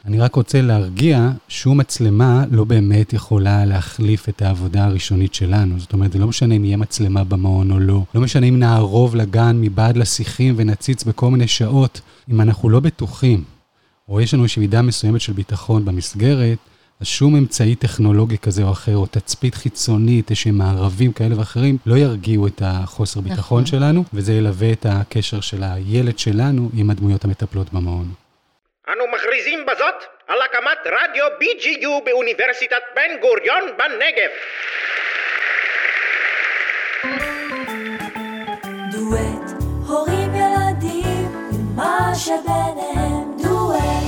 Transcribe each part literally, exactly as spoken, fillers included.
אני רק רוצה להרגיע, שום מצלמה לא באמת יכולה להחליף את העבודה הראשונית שלנו. זאת אומרת, זה לא משנה אם יהיה מצלמה במעון או לא. לא משנה אם נערוב לגן מבעד לשיחים ונציץ בכל מיני שעות. אם אנחנו לא בטוחים, או יש לנו איזושהי מידה מסוימת של ביטחון במסגרת, אז שום אמצעי טכנולוגי כזה או אחר, או תצפית חיצונית, איזשהם מערבים כאלה ואחרים, לא ירגיעו את החוסר ביטחון שלנו, וזה ילווה את הקשר של הילד שלנו עם הדמויות המטפלות במעון. אנו מכריזים בזאת על הקמת רדיו בי ג'י יו באוניברסיטת בן גוריון בנגב. דואט, הורים ילדים, ומה שביניהם דואט.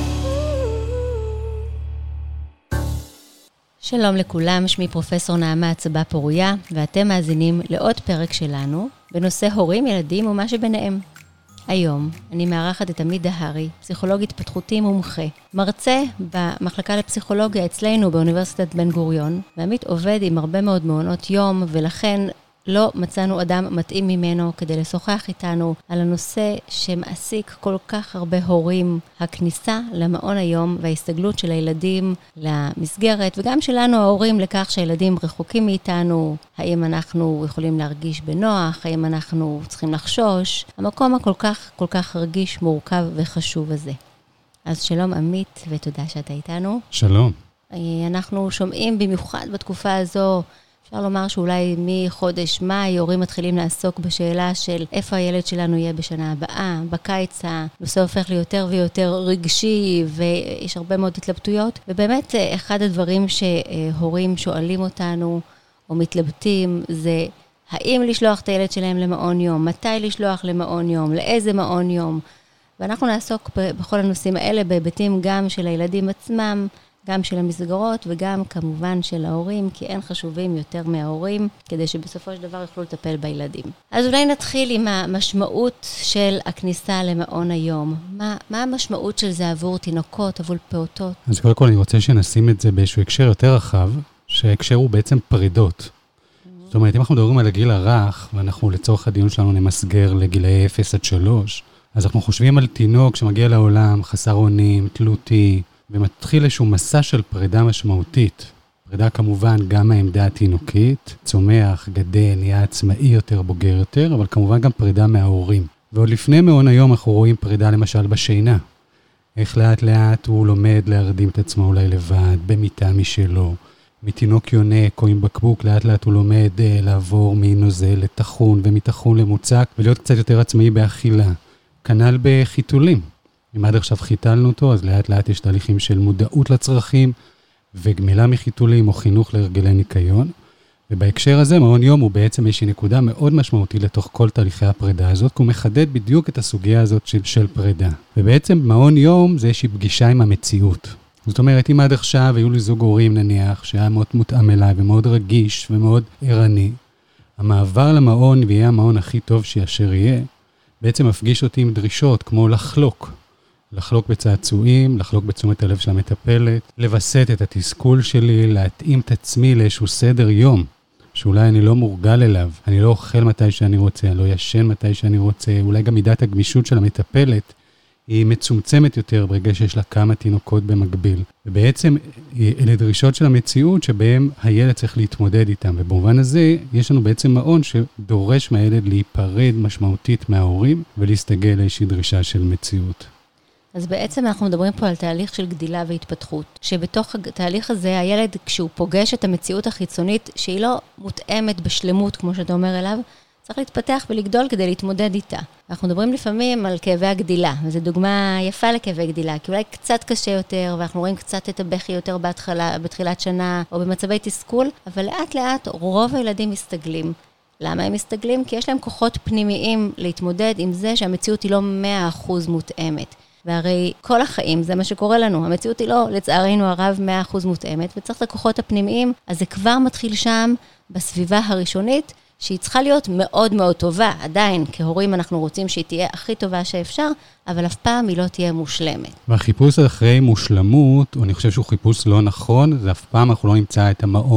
שלום לכולם, שמי פרופסור נעמה צבא פוריה, ואתם מאזינים לעוד פרק שלנו בנושא הורים, ילדים ומה שביניהם. היום אני מארחת את עמית דהרי, פסיכולוג התפתחותי מומחה, מרצה במחלקה לפסיכולוגיה אצלנו באוניברסיטת בן גוריון, ועמית עובד עם הרבה מאוד מעונות יום, ולכן לא מצאנו אדם מתאים ממנו כדי לשוחח איתנו על הנושא שמעסיק כל כך הרבה הורים, הכניסה למעון היום וההסתגלות של הילדים למסגרת, וגם שלנו ההורים לכך שהילדים רחוקים מאיתנו, האם אנחנו יכולים להרגיש בנוח, האם אנחנו צריכים לחשוש, המקום הכל כך כל כך רגיש, מורכב וחשוב הזה. אז שלום עמית ותודה שאתה איתנו. שלום. אנחנו שומעים במיוחד בתקופה הזו, אפשר לומר שאולי מחודש מאי, הורים מתחילים לעסוק בשאלה של איפה הילד שלנו יהיה בשנה הבאה. בקיץ הנושא הופך ליותר ויותר רגשי, ויש הרבה מאוד התלבטויות. ובאמת, אחד הדברים שהורים שואלים אותנו, או מתלבטים, זה האם לשלוח את הילד שלהם למעון יום, מתי לשלוח למעון יום, לאיזה מעון יום. ואנחנו נעסוק בכל הנושאים האלה, בהיבטים גם של הילדים עצמם, גם של המסגרות וגם כמובן של ההורים, כי אין חשובים יותר מההורים, כדי שבסופו של דבר יוכלו לטפל בילדים. אז אולי נתחיל עם המשמעות של הכניסה למעון היום. מה, מה המשמעות של זה עבור תינוקות, עבור פעוטות? אז קודם כל אני רוצה שנשים את זה באיזשהו הקשר יותר רחב, שההקשר הוא בעצם פרידות. זאת אומרת, אם אנחנו מדברים על הגיל הרך, ואנחנו לצורך הדיון שלנו נמסגר לגילי אפס עד שלוש, אז אנחנו חושבים על תינוק שמגיע לעולם, חסר אונים, תלותי, ומתחיל איזשהו מסע של פרידה משמעותית. פרידה כמובן גם מהעמדה התינוקית, צומח, גדל, נהיה עצמאי יותר, בוגר יותר, אבל כמובן גם פרידה מההורים. ועוד לפני מעון היום אנחנו רואים פרידה למשל בשינה. איך לאט לאט הוא לומד להרדים את עצמו אולי לבד, במיטה משלו, מתינוק יונק או עם בקבוק, לאט לאט הוא לומד אה, לעבור מנוזל לתחון ומתחון למוצק, ולהיות קצת יותר עצמאי באכילה. כנ"ל בחיתולים. אם עד עכשיו חיתלנו אותו, אז לאט לאט יש תהליכים של מודעות לצרכים, וגמילה מחיתולים או חינוך להרגלי ניקיון. ובהקשר הזה, מעון יום הוא בעצם איזושהי נקודה מאוד משמעותית לתוך כל תהליכי הפרידה הזאת, כי הוא מחדד בדיוק את הסוגיה הזאת של, של פרידה. ובעצם מעון יום זה איזושהי פגישה עם המציאות. זאת אומרת, אם עד עכשיו היו לי זוג הורים נניח, שהיה מאוד מותאם אליי ומאוד רגיש ומאוד ערני, המעבר למעון ויהיה המעון הכי טוב שישר יהיה, בעצם מפגיש אותי עם דרישות כמו לחלוק. לחלוק בצעצועים, לחלוק בתשומת הלב של המטפלת, לבסט את התסכול שלי, להתאים את עצמי לאיזשהו סדר יום, שאולי אני לא מורגל אליו, אני לא אוכל מתי שאני רוצה, אני לא ישן מתי שאני רוצה, אולי גם מידת הגמישות של המטפלת היא מצומצמת יותר ברגע שיש לה כמה תינוקות במקביל. ובעצם אלה דרישות של המציאות שבהם הילד צריך להתמודד איתם, ובמובן הזה יש לנו בעצם מעון שדורש מהילד להיפרד משמעותית מההורים ולהסתגל לאיזושהי דרישה של מציאות. אז בעצם אנחנו מדברים פה על תהליך של גדילה והתפתחות, שבתוך התהליך הזה הילד כשהוא פוגש את המציאות החיצונית שהיא לא מותאמת בשלמות כמו שאתה אומר אליו, צריך להתפתח ולגדול כדי להתמודד איתה. אנחנו מדברים לפעמים על כאבי הגדילה, וזו דוגמה יפה לכאבי גדילה, כי אולי קצת קשה יותר, ואנחנו רואים קצת את הבכי יותר בהתחלה, בתחילת שנה, או במצבי תסכול, אבל לאט לאט רוב הילדים מסתגלים. למה הם מסתגלים? כי יש להם כוחות פנימיים להתמודד עם זה שהמציאות היא לא מאה אחוז מותאמת. והרי כל החיים זה מה שקורה לנו, המציאות היא לא, לצערנו הרב, מאה אחוז מותאמת, וצריך את הכוחות הפנימיים, אז זה כבר מתחיל שם, בסביבה הראשונית, שהיא צריכה להיות מאוד מאוד טובה, עדיין כהורים אנחנו רוצים שהיא תהיה הכי טובה שאפשר, אבל אף פעם היא לא תהיה מושלמת. והחיפוש אחרי מושלמות, אני חושב שהוא חיפוש לא נכון, זה אף פעם אנחנו לא נמצא את המעון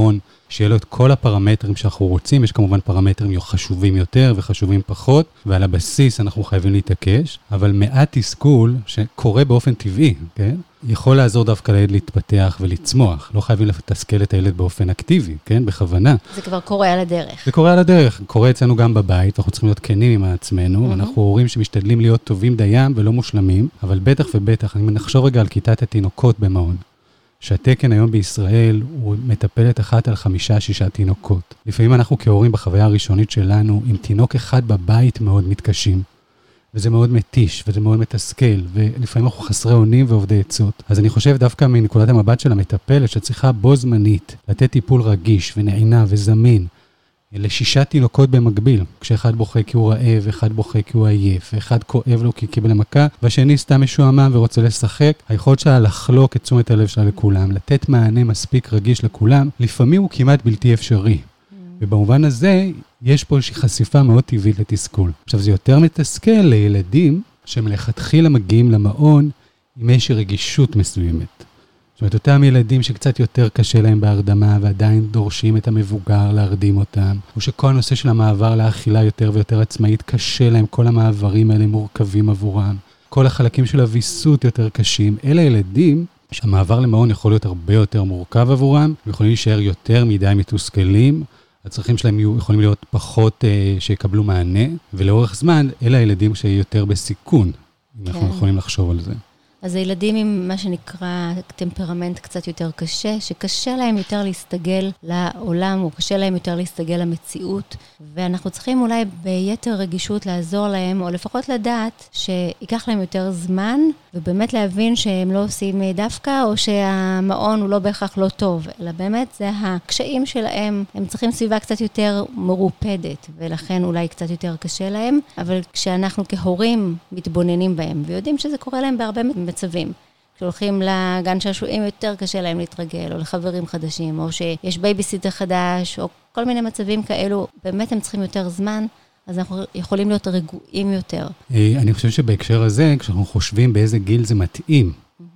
שיהיה לו את כל הפרמטרים שאנחנו רוצים, יש כמובן פרמטרים חשובים יותר וחשובים פחות, ועל הבסיס אנחנו חייבים להתעקש, אבל מעט תסכול שקורה באופן טבעי, כן? יכול לעזור דווקא לילד להתפתח ולצמוח. לא חייבים לתסכל את הילד באופן אקטיבי, כן? בכוונה. זה כבר קורה על הדרך. זה קורה על הדרך. קורה אצלנו גם בבית, אנחנו צריכים להיות כנים עם עצמנו. Mm-hmm. אנחנו הורים שמשתדלים להיות טובים דיים ולא מושלמים, אבל בטח ובטח, אני נחשוב רגע על כיתת התינוקות במעון. שהתקן היום בישראל הוא מטפלת אחת על חמישה, שישה תינוקות. לפעמים אנחנו כהורים בחוויה הראשונית שלנו, עם תינוק אחד בבית מאוד מתקשים. וזה מאוד מתיש, וזה מאוד מתסכל, ולפעמים אנחנו חסרי אונים ועובדי עצות. אז אני חושב דווקא מנקודת המבט של המטפלת, שצריכה בו זמנית לתת טיפול רגיש ונעינה וזמין, לשישה תינוקות במקביל, כשאחד בוכה כי הוא רעב, ואחד בוכה כי הוא עייף, ואחד כואב לו כי קיבל המכה, והשני סתם משועמם ורוצה לשחק, היכולת שלה לחלוק את תשומת הלב שלה לכולם, לתת מענה מספיק רגיש לכולם, לפעמים הוא כמעט בלתי אפשרי. ובמובן הזה, יש פה איזושהי חשיפה מאוד טבעית לתסכול. עכשיו, זה יותר מתסכל לילדים שמלכתחילה מגיעים למעון עם איזושהי רגישות מסוימת. זאת אומרת, אותם ילדים שקצת יותר קשה להם בהרדמה, ועדיין דורשים את המבוגר להרדים אותם, או שכל הנושא של המעבר לאכילה יותר ויותר עצמאית קשה להם, כל המעברים האלה מורכבים עבורם, כל החלקים של הוויסות יותר קשים. אלה ילדים שהמעבר למעון יכול להיות הרבה יותר מורכב עבורם, ויכולים להישאר יותר מדי מתוסכלים, הצרכים שלהם יכולים להיות פחות אה, שיקבלו מענה, ולאורך זמן, אלה הילדים שיותר בסיכון, אם כן. אנחנו יכולים לחשוב על זה. אז הילדים עם מה שנקרא טמפרמנט קצת יותר קשה, שקשה להם יותר להסתגל לעולם, או קשה להם יותר להסתגל למציאות, ואנחנו צריכים אולי ביתר רגישות לעזור להם, או לפחות לדעת שיקח להם יותר זמן, ובאמת להבין שהם לא עושים דווקא, או שהמעון הוא לא בהכרח לא טוב, אלא באמת זה הקשיים שלהם, הם צריכים סביבה קצת יותר מרופדת, ולכן אולי קצת יותר קשה להם, אבל כשאנחנו כהורים מתבוננים בהם, ויודעים שזה קורה להם בהרבה מצבים, כשהולכים לגן שעשועים יותר קשה להם להתרגל, או לחברים חדשים, או שיש בייביסיטר חדש, או כל מיני מצבים כאלו, באמת הם צריכים יותר זמן, אז אנחנו יכולים להיות רגועים יותר. אני חושב שבהקשר הזה, כשאנחנו חושבים באיזה גיל זה מתאים,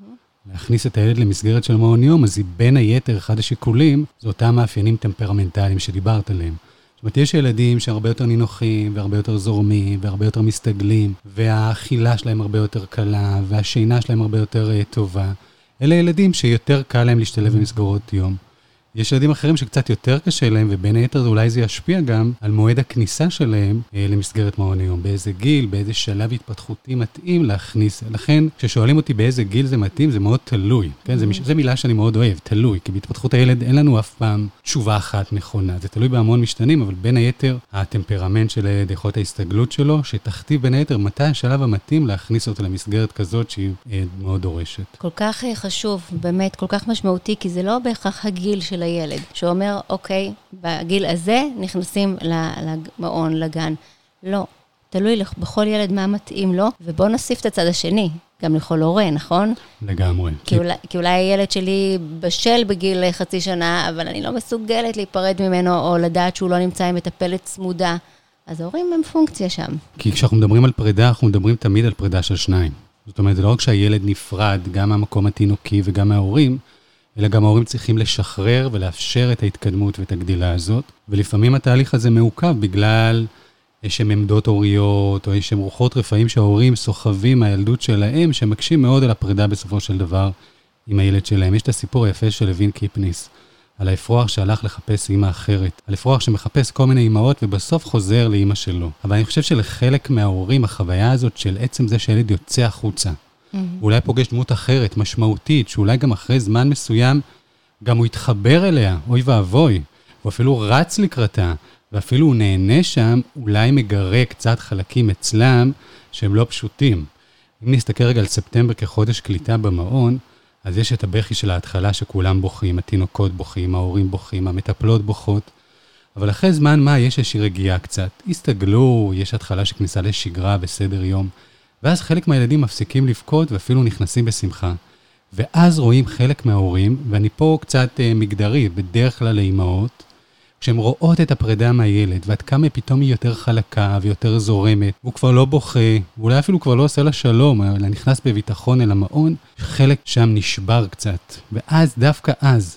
להכניס את הילד למסגרת של מעון יום, אז היא בין היתר אחד השיקולים, זה אותם מאפיינים טמפרמנטליים שדיברת עליהם. זאת אומרת, יש ילדים שהרבה יותר נינוחים, והרבה יותר זורמים, והרבה יותר מסתגלים, והאכילה שלהם הרבה יותר קלה, והשינה שלהם הרבה יותר טובה. אלה ילדים שיותר קל להם להשתלב במסגרות יום. יש ילדים אחרים שקצת יותר קשה להם, ובין היתר אולי זה ישפיע גם על מועד הכניסה שלהם אה, למסגרת מעון היום. באיזה גיל, באיזה שלב התפתחותי מתאים להכניס. לכן, כששואלים אותי באיזה גיל זה מתאים, זה מאוד תלוי. כן? זה, זה מילה שאני מאוד אוהב, תלוי. כי בהתפתחות הילד אין לנו אף פעם תשובה אחת נכונה. זה תלוי בהמון משתנים, אבל בין היתר, הטמפרמנט של הילד, יכולת ההסתגלות שלו, שתכתיב בין היתר מתי השלב המתאים להכניס אותו למסגרת כזאת שהיא אה, מאוד דורשת. כל כך חשוב, באמת, כל כך משמעותי, כי זה לא בהכרח הגיל של הילד, שאומר, אוקיי, בגיל הזה נכנסים למעון, לגן. לא, תלוי בכל ילד מה מתאים לו, ובוא נוסיף את הצד השני, גם לכל הורה, נכון? לגמרי. כי, כי... אולי, כי אולי הילד שלי בשל בגיל חצי שנה, אבל אני לא מסוגלת להיפרד ממנו, או לדעת שהוא לא נמצא עם מטפלת צמודה. אז ההורים הם פונקציה שם. כי כשאנחנו מדברים על פרידה, אנחנו מדברים תמיד על פרידה של שניים. זאת אומרת, זה לא רק שהילד נפרד, גם מהמקום התינוקי וגם מההורים, אלא גם ההורים צריכים לשחרר ולאפשר את ההתקדמות ואת הגדילה הזאת. ולפעמים התהליך הזה מעוכב בגלל איזשהם עמדות הוריות, או איזשהם רוחות רפאים שההורים סוחבים מהילדות שלהם, שמקשים מאוד על הפרידה בסופו של דבר עם הילד שלהם. יש את הסיפור היפה של לוין קיפניס, על האפרוח שהלך לחפש אימא אחרת. על אפרוח שמחפש כל מיני אימהות ובסוף חוזר לאימא שלו. אבל אני חושב שלחלק מההורים, החוויה הזאת של עצם זה שהילד יוצא החוצה, mm-hmm. אולי פוגש דמות אחרת, משמעותית, שאולי גם אחרי זמן מסוים, גם הוא יתחבר אליה, אוי ואבוי, הוא אפילו רץ לקראתה, ואפילו הוא נהנה שם, אולי מגרה קצת חלקים אצלם, שהם לא פשוטים. אם נסתכל רגע על ספטמבר כחודש קליטה במעון, אז יש את הבכי של ההתחלה שכולם בוכים, התינוקות בוכים, ההורים בוכים, המטפלות בוכות, אבל אחרי זמן מה יש איזושהי רגיעה קצת, הסתגלו, יש התחלה שכניסה לשגרה וסדר יום, ואז חלק מהילדים מפסיקים לבכות ואפילו נכנסים בשמחה. ואז רואים חלק מההורים, ואני פה קצת אה, מגדרי, בדרך כלל לאימהות, כשהן רואות את הפרידה מהילד, ועד כמה פתאום היא יותר חלקה ויותר זורמת, והוא כבר לא בוכה, ואולי אפילו כבר לא עושה לה שלום, אלא נכנס בביטחון אל המעון, חלק שם נשבר קצת. ואז, דווקא אז,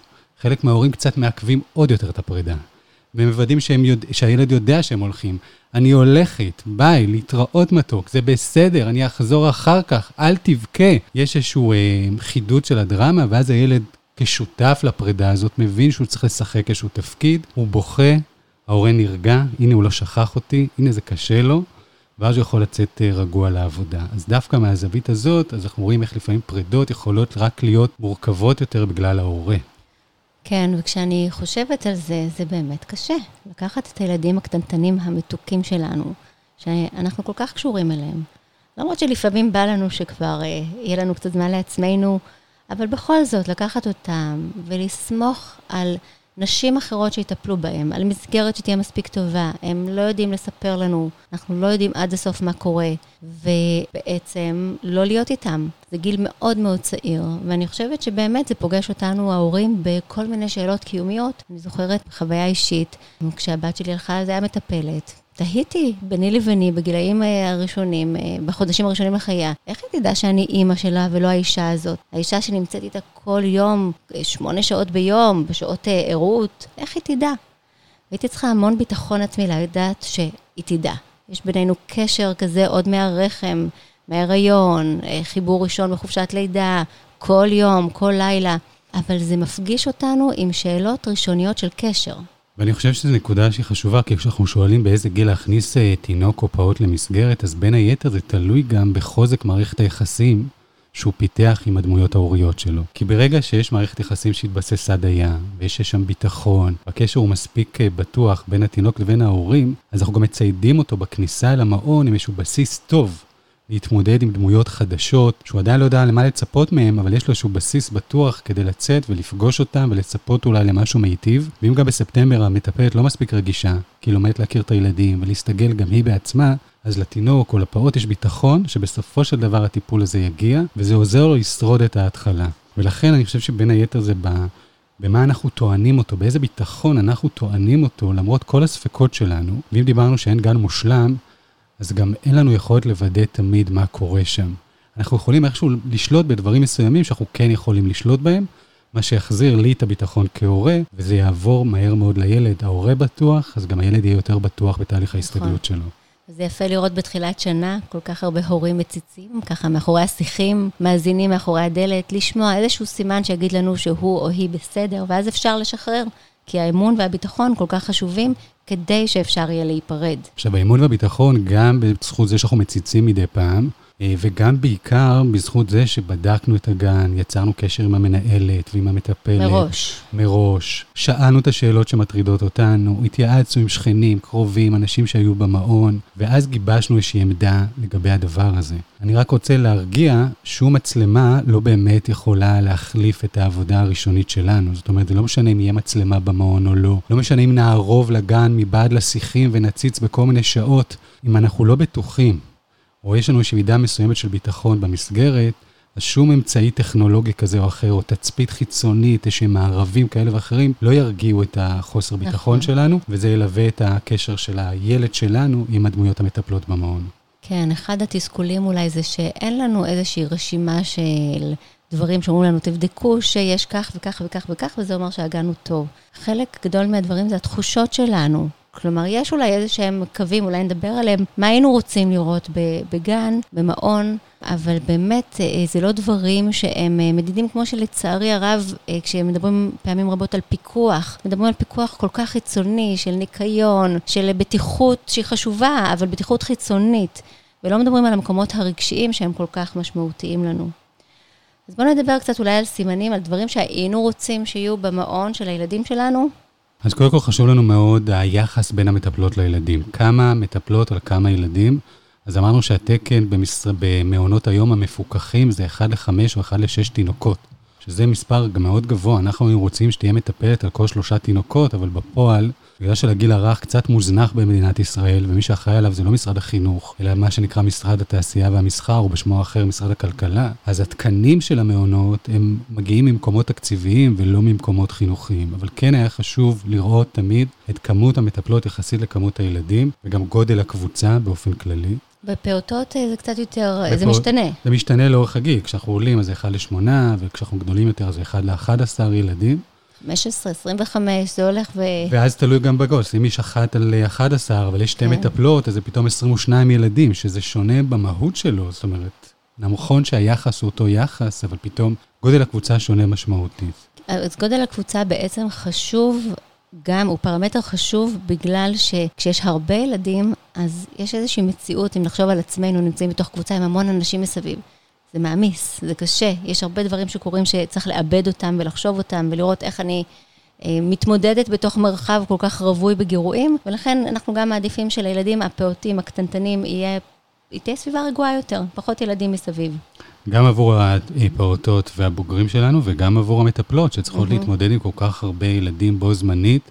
חלק מההורים קצת מעכבים עוד יותר את הפרידה. ומוודאים שהם יודע, שהילד יודע שהם הולכים. אני הולכת, ביי, להתראות מתוק, זה בסדר, אני אחזור אחר כך, אל תבכה. יש איזשהו אה, חידוד של הדרמה, ואז הילד כשותף לפרידה הזאת, מבין שהוא צריך לשחק איזשהו תפקיד, הוא בוכה, ההורה נרגע, הנה הוא לא שכח אותי, הנה זה קשה לו, ואז הוא יכול לצאת אה, רגוע לעבודה. אז דווקא מהזווית הזאת, אז אנחנו רואים איך לפעמים פרידות יכולות רק להיות מורכבות יותר בגלל ההורה. כן, וכשאני חושבת על זה, זה באמת קשה. לקחת את הילדים הקטנטנים המתוקים שלנו, שאנחנו כל כך קשורים אליהם. למרות שלפעמים בא לנו שכבר אה, יהיה לנו קצת זמן לעצמנו, אבל בכל זאת, לקחת אותם ולסמוך על נשים אחרות שיטפלו בהם, על מסגרת שתהיה מספיק טובה. הם לא יודעים לספר לנו, אנחנו לא יודעים עד הסוף מה קורה, ובעצם לא להיות איתם. זה גיל מאוד מאוד צעיר, ואני חושבת שבאמת זה פוגש אותנו, ההורים, בכל מיני שאלות קיומיות. אני זוכרת בחוויה אישית, כשהבת שלי הלכה, זה היה מטפלת. תהיתי ביני לביני בגילאים הראשונים, בחודשים הראשונים לחייה. איך היא תדע שאני אימא שלה ולא האישה הזאת? האישה שנמצאת איתה כל יום, שמונה שעות ביום, בשעות עירות, איך היא תדע? הייתי צריכה המון ביטחון עצמי לדעת שהיא תדע. יש בינינו קשר כזה עוד מהרחם, מההיריון, חיבור ראשון בחופשת לידה, כל יום, כל לילה. אבל זה מפגיש אותנו עם שאלות ראשוניות של קשר. ואני חושב שזו נקודה שהיא חשובה, כי כשאנחנו שואלים באיזה גיל להכניס תינוק או פעוט למסגרת, אז בין היתר זה תלוי גם בחוזק מערכת היחסים שהוא פיתח עם הדמויות ההוריות שלו. כי ברגע שיש מערכת יחסים שהתבססה דייה, ויש שם ביטחון, והקשר הוא מספיק בטוח בין התינוק לבין ההורים, אז אנחנו גם מציידים אותו בכניסה אל המעון עם איזשהו בסיס טוב, להתמודד עם דמויות חדשות, שהוא עדיין לא יודע למה לצפות מהם, אבל יש לו איזשהו בסיס בטוח כדי לצאת ולפגוש אותם ולצפות אולי למשהו מיטיב. ואם גם בספטמבר המטפלת לא מספיק רגישה, כי היא לומדת להכיר את הילדים ולהסתגל גם היא בעצמה, אז לתינוק או לפעוט יש ביטחון שבסופו של דבר הטיפול הזה יגיע, וזה עוזר לו לשרוד את ההתחלה. ולכן אני חושב שבין היתר זה בא, במה אנחנו טוענים אותו, באיזה ביטחון אנחנו טוענים אותו, למרות כל הספקות שלנו. ואם דיברנו שאין גן מושלם, אז גם אין לנו יכולת לוודא תמיד מה קורה שם. אנחנו יכולים איכשהו לשלוט בדברים מסוימים שאנחנו כן יכולים לשלוט בהם, מה שיחזיר לי את הביטחון כהורה, וזה יעבור מהר מאוד לילד. ההורה בטוח, אז גם הילד יהיה יותר בטוח בתהליך ההסתגלות שלו. זה יפה לראות בתחילת שנה, כל כך הרבה הורים מציצים, ככה מאחורי השיחים, מאזינים מאחורי הדלת, לשמוע איזשהו סימן שיגיד לנו שהוא או היא בסדר, ואז אפשר לשחרר, כי האמון והביטחון כל כך חשובים, כדי שאפשר יהיה להיפרד. עכשיו, האמון והביטחון גם בזכות זה שאנחנו מציצים מדי פעם, וגם בעיקר בזכות זה שבדקנו את הגן, יצרנו קשר עם המנהלת ועם המטפלת. מראש. מראש. שאלנו את השאלות שמטרידות אותנו, התייעצנו עם שכנים, קרובים, אנשים שהיו במעון, ואז גיבשנו איזושהי עמדה לגבי הדבר הזה. אני רק רוצה להרגיע, שום מצלמה לא באמת יכולה להחליף את העבודה הראשונית שלנו. זאת אומרת, זה לא משנה אם יהיה מצלמה במעון או לא. לא משנה אם נערוב לגן מבעד לשיחים ונציץ בכל מיני שעות, אם אנחנו לא בטוחים. או יש לנו איזושהי מידה מסוימת של ביטחון במסגרת, אז שום אמצעי טכנולוגי כזה או אחר, או תצפית חיצונית, איזשהם מערבים כאלה ואחרים, לא ירגיעו את החוסר ביטחון שלנו, וזה ילווה את הקשר של הילד שלנו עם הדמויות המטפלות במעון. כן, אחד התסכולים אולי זה שאין לנו איזושהי רשימה של דברים שאומרים לנו, תבדקו שיש כך וכך וכך וכך, וזה אומר שהגן הוא טוב. חלק גדול מהדברים זה התחושות שלנו. כלומר, יש אולי איזה שהם קווים, אולי נדבר עליהם, מה היינו רוצים לראות בגן, במעון, אבל באמת זה לא דברים שהם מדידים כמו שלצערי הרב, כשהם מדברים פעמים רבות על פיקוח, מדברים על פיקוח כל כך חיצוני, של ניקיון, של בטיחות שהיא חשובה, אבל בטיחות חיצונית, ולא מדברים על המקומות הרגשיים שהם כל כך משמעותיים לנו. אז בואו נדבר קצת אולי על סימנים, על דברים שהיינו רוצים שיהיו במעון של הילדים שלנו, אז קודם כל חשוב לנו מאוד היחס בין המטפלות לילדים. כמה מטפלות על כמה ילדים. אז אמרנו שהתקן במשר... במעונות היום המפוקחים זה אחד לחמש או אחד לשש תינוקות. שזה מספר מאוד גבוה. אנחנו רוצים שתהיה מטפלת על כל שלושה תינוקות, אבל בפועל, בגלל שלגיל הרך קצת מוזנח במדינת ישראל, ומי שאחראי עליו זה לא משרד החינוך, אלא מה שנקרא משרד התעשייה והמסחר, או בשמו האחר משרד הכלכלה. אז התקנים של המעונות הם מגיעים ממקומות תקציביים ולא ממקומות חינוכיים. אבל כן היה חשוב לראות תמיד את כמות המטפלות יחסית לכמות הילדים, וגם גודל הקבוצה באופן כללי. בפעוטות זה קצת יותר, בפע... זה משתנה. זה משתנה לאורך הגיל. כשאנחנו עולים אז זה אחד לשמונה, וכשאנחנו גדולים יותר זה אחד לאחד עשר ילדים. חמש עשרה, עשרים וחמש, זה הולך ו... ואז תלוי גם בגוס, אם יש אחת על אחת עשרה, אבל יש שתי מטפלות, אז זה פתאום עשרים ושניים ילדים, שזה שונה במהות שלו, זאת אומרת, נכון שהיחס הוא אותו יחס, אבל פתאום גודל הקבוצה שונה משמעותית. אז גודל הקבוצה בעצם חשוב, גם הוא פרמטר חשוב, בגלל שכשיש הרבה ילדים, אז יש איזושהי מציאות, אם נחשוב על עצמנו, נמצאים בתוך קבוצה עם המון אנשים מסביב. זה מעמיס, זה קשה, יש הרבה דברים שקורים שצריך לאבד אותם ולחשוב אותם, ולראות איך אני אה, מתמודדת בתוך מרחב כל כך רווי בגירויים, ולכן אנחנו גם מעדיפים שלילדים הפעוטים, הקטנטנים, יהיה, תהיה סביבה רגועה יותר, פחות ילדים מסביב. גם עבור הפעוטות והבוגרים שלנו, וגם עבור המטפלות, שצריכות mm-hmm. להתמודד עם כל כך הרבה ילדים בו זמנית,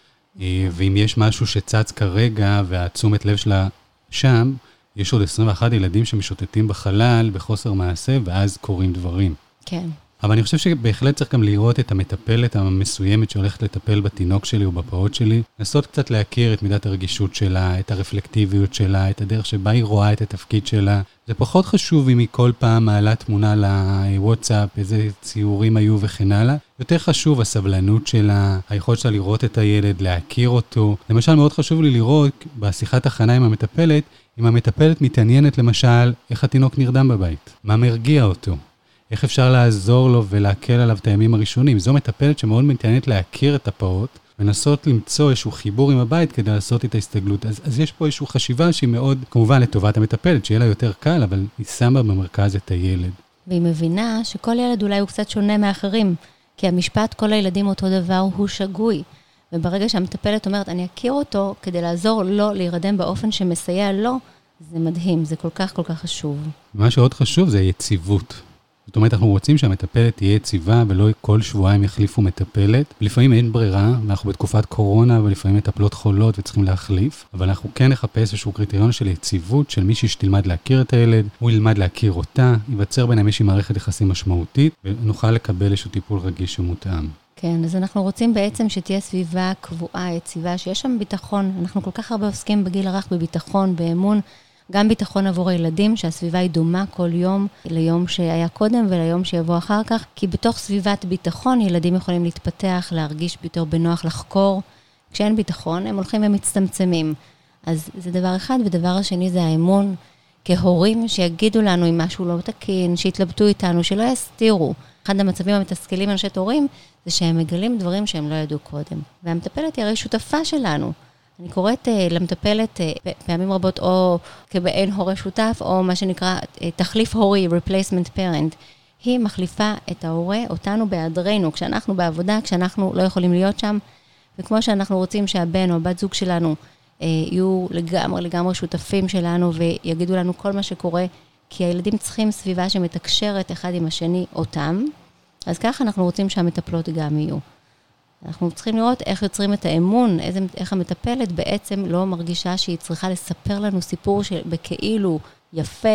ואם יש משהו שצץ כרגע, והתשומת לב שלה שם, יש עוד עשרים ואחד ילדים שמשוטטים בחלל, בחוסר מעשה, ואז קורים דברים. כן. אבל אני חושב שבהחלט צריך גם לראות את המטפלת המסוימת שהולכת לטפל בתינוק שלי או בפעוט שלי, לנסות קצת להכיר את מידת הרגישות שלה, את הרפלקטיביות שלה, את הדרך שבה היא רואה את התפקיד שלה. זה פחות חשוב אם היא כל פעם מעלה תמונה לוואטסאפ, איזה ציורים היו וכן הלאה. יותר חשוב הסבלנות שלה, היכולת שלה לראות את הילד, להכיר אותו. למשל, מאוד חשוב לי לראות בשיחת הכנה עם המטפלת, אם המטפלת מתעניינת למשל איך התינוק נרדם בבית, מה מרגיע אותו. איך אפשר לעזור לו ולהקל עליו את הימים הראשונים. זו מטפלת שמאוד מתעניינת להכיר את הפעוט, ונסות למצוא איזשהו חיבור עם הבית כדי לעשות את ההסתגלות. אז, אז יש פה איזשהו חשיבה שהיא מאוד, כמובן לטובת המטפלת, שיהיה לה יותר קל, אבל היא שמה במרכז את הילד. והיא מבינה שכל ילד אולי הוא קצת שונה מאחרים, כי המשפט כל הילדים אותו דבר הוא שגוי. וברגע שהמטפלת אומרת, אני אכיר אותו כדי לעזור לו להירדם באופן שמסייע לו, זה מדהים, זה כל כך כל כך חשוב. מה שעוד חשוב זה יציבות. זאת אומרת, אנחנו רוצים שהמטפלת תהיה יציבה, ולא כל שבועיים יחליפו מטפלת. לפעמים אין ברירה, ואנחנו בתקופת קורונה, ולפעמים מטפלות חולות וצריכים להחליף, אבל אנחנו כן נחפש איזשהו קריטריון של יציבות, של מישהי שתלמד להכיר את הילד, הוא ילמד להכיר אותה, ייווצר ביניהם איזושהי מערכת יחסים משמעותית, ונוכל לקבל איזשהו טיפול רגיש ומותאם. כן, אז אנחנו רוצים בעצם שתהיה סביבה קבועה, יציבה, שיש שם ביטחון. אנחנו כל כך הרבה עוסקים בגיל הרך בביטחון, באמון, גם ביטחון עבור הילדים, שהסביבה היא דומה כל יום ליום שהיה קודם וליום שיבוא אחר כך, כי בתוך סביבת ביטחון ילדים יכולים להתפתח, להרגיש יותר בנוח לחקור. כשאין ביטחון, הם הולכים ומצטמצמים. אז זה דבר אחד, ודבר השני זה האמון כהורים שיגידו לנו אם משהו לא תקין, שיתלבטו איתנו, שלא יסתירו. אחד המצבים המתסכלים אנשי הורים, זה שהם מגלים דברים שהם לא ידעו קודם. והמטפלת היא הרי שותפה שלנו. אני קוראת uh, למטפלת uh, פעמים רבות או כבאין הורה שותף, או מה שנקרא uh, תחליף הורי, replacement parent. היא מחליפה את ההורה, אותנו בהיעדרנו, כשאנחנו בעבודה, כשאנחנו לא יכולים להיות שם, וכמו שאנחנו רוצים שהבן או בת זוג שלנו uh, יהיו לגמרי, לגמרי שותפים שלנו, ויגידו לנו כל מה שקורה, כי הילדים צריכים סביבה שמתקשרת אחד עם השני אותם, אז ככה אנחנו רוצים שהמטפלות גם יהיו. אנחנו צריכים לראות איך יוצרים את האמון, איזה, איך המטפלת בעצם לא מרגישה שהיא צריכה לספר לנו סיפור בכאילו יפה,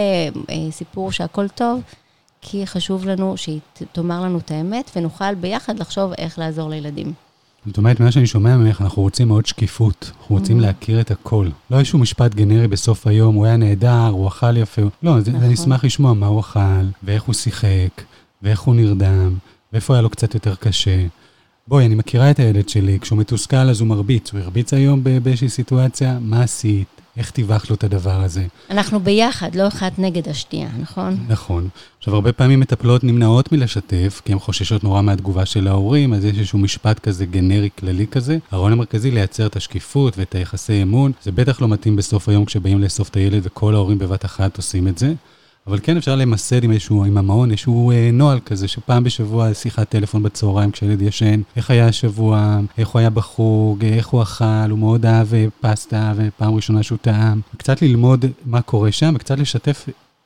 סיפור שהכל טוב, כי חשוב לנו שהיא תאמר לנו את האמת, ונוכל ביחד לחשוב איך לעזור לילדים. זאת אומרת, מה שאני שומע ממך, אנחנו רוצים מאוד שקיפות, אנחנו רוצים mm-hmm. להכיר את הכל. לא איזשהו משפט גנרי בסוף היום, הוא היה נהדר, הוא אכל יפה. לא, נכון. אני אשמח לשמוע מה הוא אכל, ואיך הוא שיחק, ואיך הוא נרדם, ואיפה היה לו קצת יותר קשה. בואי, אני מכירה את הילד שלי, כשהוא מתוסכל אז הוא מרביץ, הוא הרביץ היום באיזושהי סיטואציה, מה עשית? איך תיווך לו את הדבר הזה? אנחנו ביחד, לא אחד נגד השנייה, נכון? נכון. עכשיו, הרבה פעמים מטפלות נמנעות מלשתף, כי הן חוששות נורא מהתגובה של ההורים, אז יש איזשהו משפט כזה גנרי כללי כזה. הרעיון המרכזי לייצר את השקיפות ואת היחסי אמון, זה בטח לא מתאים בסוף היום כשבאים לאסוף את הילד וכל ההורים בבת אחת עושים את זה. אבל כן אפשר למסד עם איזשהו, עם המעון, איזשהו אה, נועל כזה, שפעם בשבוע שיחת טלפון בצהריים כשילד ישן, איך היה השבוע, איך הוא היה בחוג, איך הוא אכל, הוא מאוד אהב פסטה, ופעם ראשונה שהוא טעם. קצת ללמוד מה קורה שם, וקצת לשתף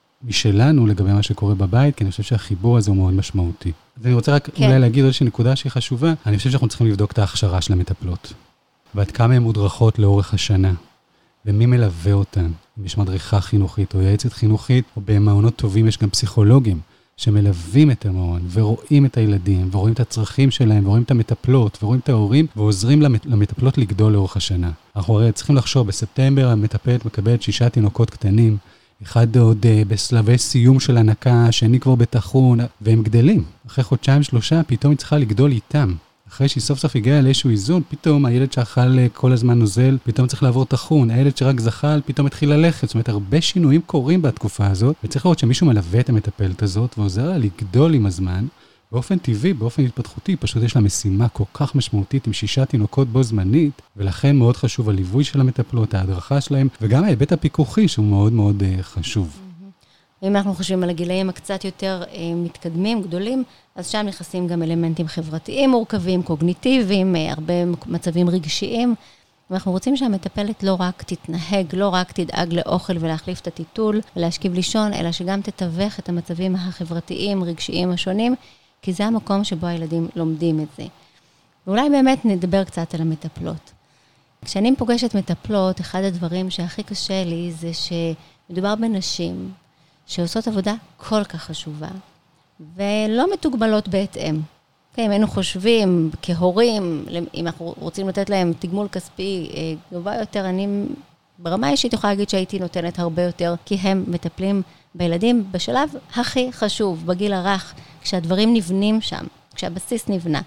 משלנו לגבי מה שקורה בבית, כי אני חושב שהחיבור הזה הוא מאוד משמעותי. אז אני רוצה רק כן. אולי להגיד איזושהי נקודה שהיא חשובה, אני חושב שאנחנו צריכים לבדוק את ההכשרה של המטפלות, ועד כמה הן מודרכות לאורך השנה. ומי מלווה אותן? אם יש מדריכה חינוכית או יועצת חינוכית, או במעונות טובים יש גם פסיכולוגים שמלווים את המעון ורואים את הילדים, ורואים את הצרכים שלהם, ורואים את המטפלות, ורואים את ההורים, ועוזרים למטפלות לגדול לאורך השנה. אנחנו הרי צריכים לחשוב, בספטמבר המטפלת מקבלת שישה תינוקות קטנים, אחד עוד בסלבי סיום של הנקה, השני כבר בתחון, והם גדלים. אחרי חודשיים שלושה, פתאום היא צריכה לגדול איתם. אחרי שהיא סוף סוף הגיעה לאיזשהו איזון, פתאום הילד שאכל כל הזמן נוזל, פתאום צריך לעבור תחון, הילד שרק זחל, פתאום התחיל ללכת. זאת אומרת, הרבה שינויים קורים בתקופה הזאת, וצריך לראות שמישהו מלווה את המטפלת הזאת, ועוזר לה לגדול עם הזמן, באופן טבעי, באופן התפתחותי, פשוט יש לה משימה כל כך משמעותית עם שישה תינוקות בו זמנית, ולכן מאוד חשוב הליווי של המטפלות, ההדרכה שלהם, וגם ההיבט הפיקוחי שהוא מאוד מאוד uh, חשוב. אם אנחנו חושבים על הגילאים הקצת יותר אה, מתקדמים, גדולים, אז שם נכנסים גם אלמנטים חברתיים מורכבים, קוגניטיביים, אה, הרבה מצבים רגשיים. ואנחנו רוצים שהמטפלת לא רק תתנהג, לא רק תדאג לאוכל ולהחליף את הטיטול ולהשכיב לישון, אלא שגם תתווך את המצבים החברתיים, רגשיים השונים, כי זה המקום שבו הילדים לומדים את זה. ואולי באמת נדבר קצת על המטפלות. כשאני פוגשת מטפלות, אחד הדברים שהכי קשה לי זה שמדובר בנשים, שעושות עבודה כל כך חשובה, ולא מתוגמלות בהתאם. אם היינו חושבים כהורים, אם אנחנו רוצים לתת להם תגמול כספי גבוה יותר, אני ברמה אישית יכולה להגיד שהייתי נותנת הרבה יותר, כי הם מטפלים בילדים בשלב הכי חשוב, בגיל הרך, כשהדברים נבנים שם, כשהבסיס נבנה.